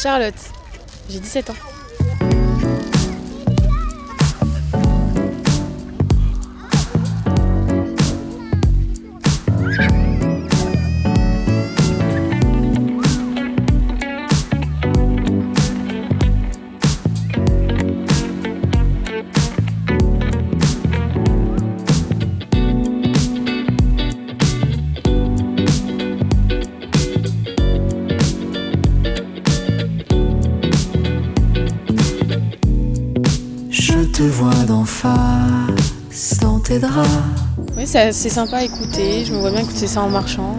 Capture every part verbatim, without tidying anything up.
Charlotte, j'ai dix-sept ans. Je te vois d'en face, dans tes draps. Oui, c'est assez sympa à écouter, je me vois bien écouter ça en marchant.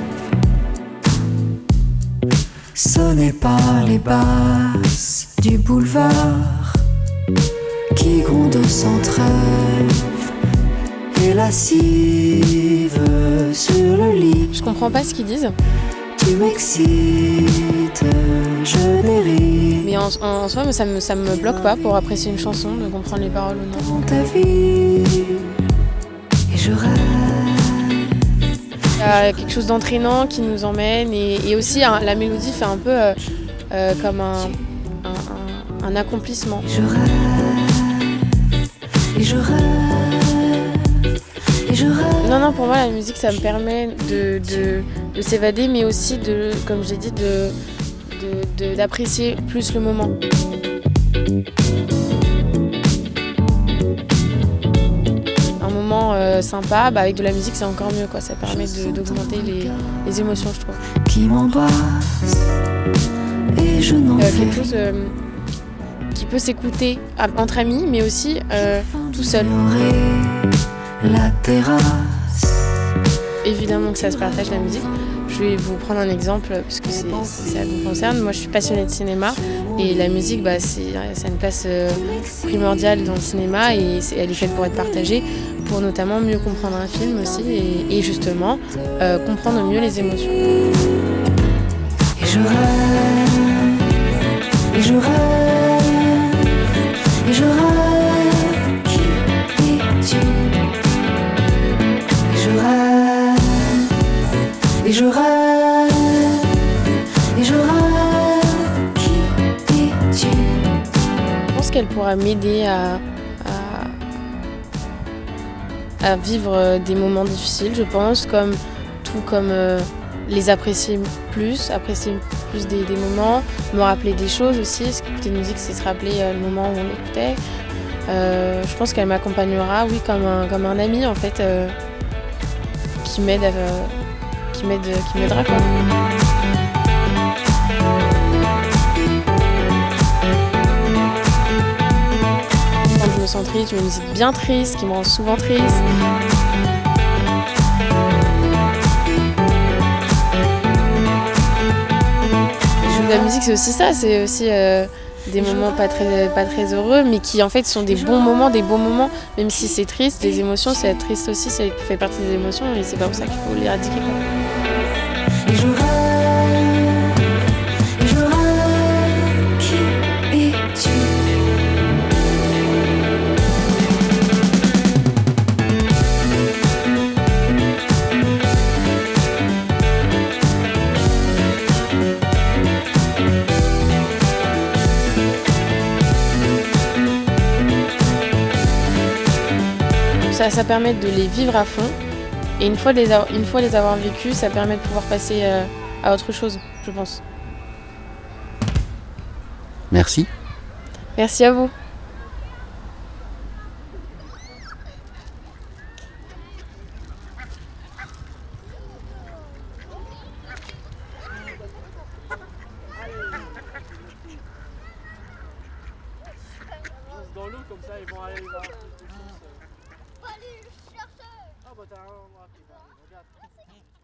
Sonné par les basses du boulevard qui gronde sans trêve et lascive sur le lit. Je comprends pas ce qu'ils disent. Tu m'excites, je dérive. Mais en, en, en soi, ça me, ça me bloque pas pour apprécier une chanson, de comprendre les paroles ou non. Dans ta vie, et je rêve. Il y a quelque chose d'entraînant qui nous emmène et, et aussi hein, la mélodie fait un peu euh, euh, comme un, un, un, un accomplissement. Et je rêve, et je rêve, et je rêve. Non, non, pour moi la musique ça me permet de, de, de s'évader mais aussi, de, comme j'ai dit, de, de, de, d'apprécier plus le moment. Un moment euh, sympa, bah, avec de la musique c'est encore mieux, quoi. Ça permet de, d'augmenter les, les émotions, je trouve. Qui m'embrasse et je n'en Euh, fais quelque chose euh, qui peut s'écouter à- entre amis mais aussi euh, tout seul. La terrasse. Évidemment que ça se partage la musique. Je vais vous prendre un exemple puisque c'est, ça vous concerne. Moi je suis passionnée de cinéma et la musique bah, c'est, ça a une place euh, primordiale dans le cinéma et c'est, elle est faite pour être partagée, pour notamment mieux comprendre un film aussi et, et justement euh, comprendre mieux les émotions. Et je rêve, et je rêve, et je rêve. Qui es-tu? Et je rêve, et je rêve, et je rêve. Qui es-tu? Je pense qu'elle pourra m'aider à, à, à vivre des moments difficiles, je pense, comme tout comme euh, les apprécier plus, apprécier plus des, des moments, me rappeler des choses aussi, parce qu'écouter une musique, c'est se rappeler euh, le moment où on l'écoutait. Euh, je pense qu'elle m'accompagnera, oui, comme un, comme un ami, en fait, euh, qui m'aide, à, euh, qui m'aide, qui m'aidera, quoi. Quand je me sens triste, une musique bien triste, qui me rend souvent triste. La musique c'est aussi ça, c'est aussi euh, des moments pas très, pas très heureux mais qui en fait sont des bons moments, des beaux moments, même si c'est triste, les émotions c'est être triste aussi, ça fait partie des émotions et c'est pas pour ça qu'il faut l'éradiquer, quoi. Et je rêve, et je rêve. Qui es-tu? Ça, ça permet de les vivre à fond et une fois les, avoir, une fois les avoir vécus, ça permet de pouvoir passer euh, à autre chose, je pense. Merci. Merci à vous. Dans l'eau comme ça, ils vont aller voir. Allez, cherche. Ah bah t'as un endroit qui va. Regarde.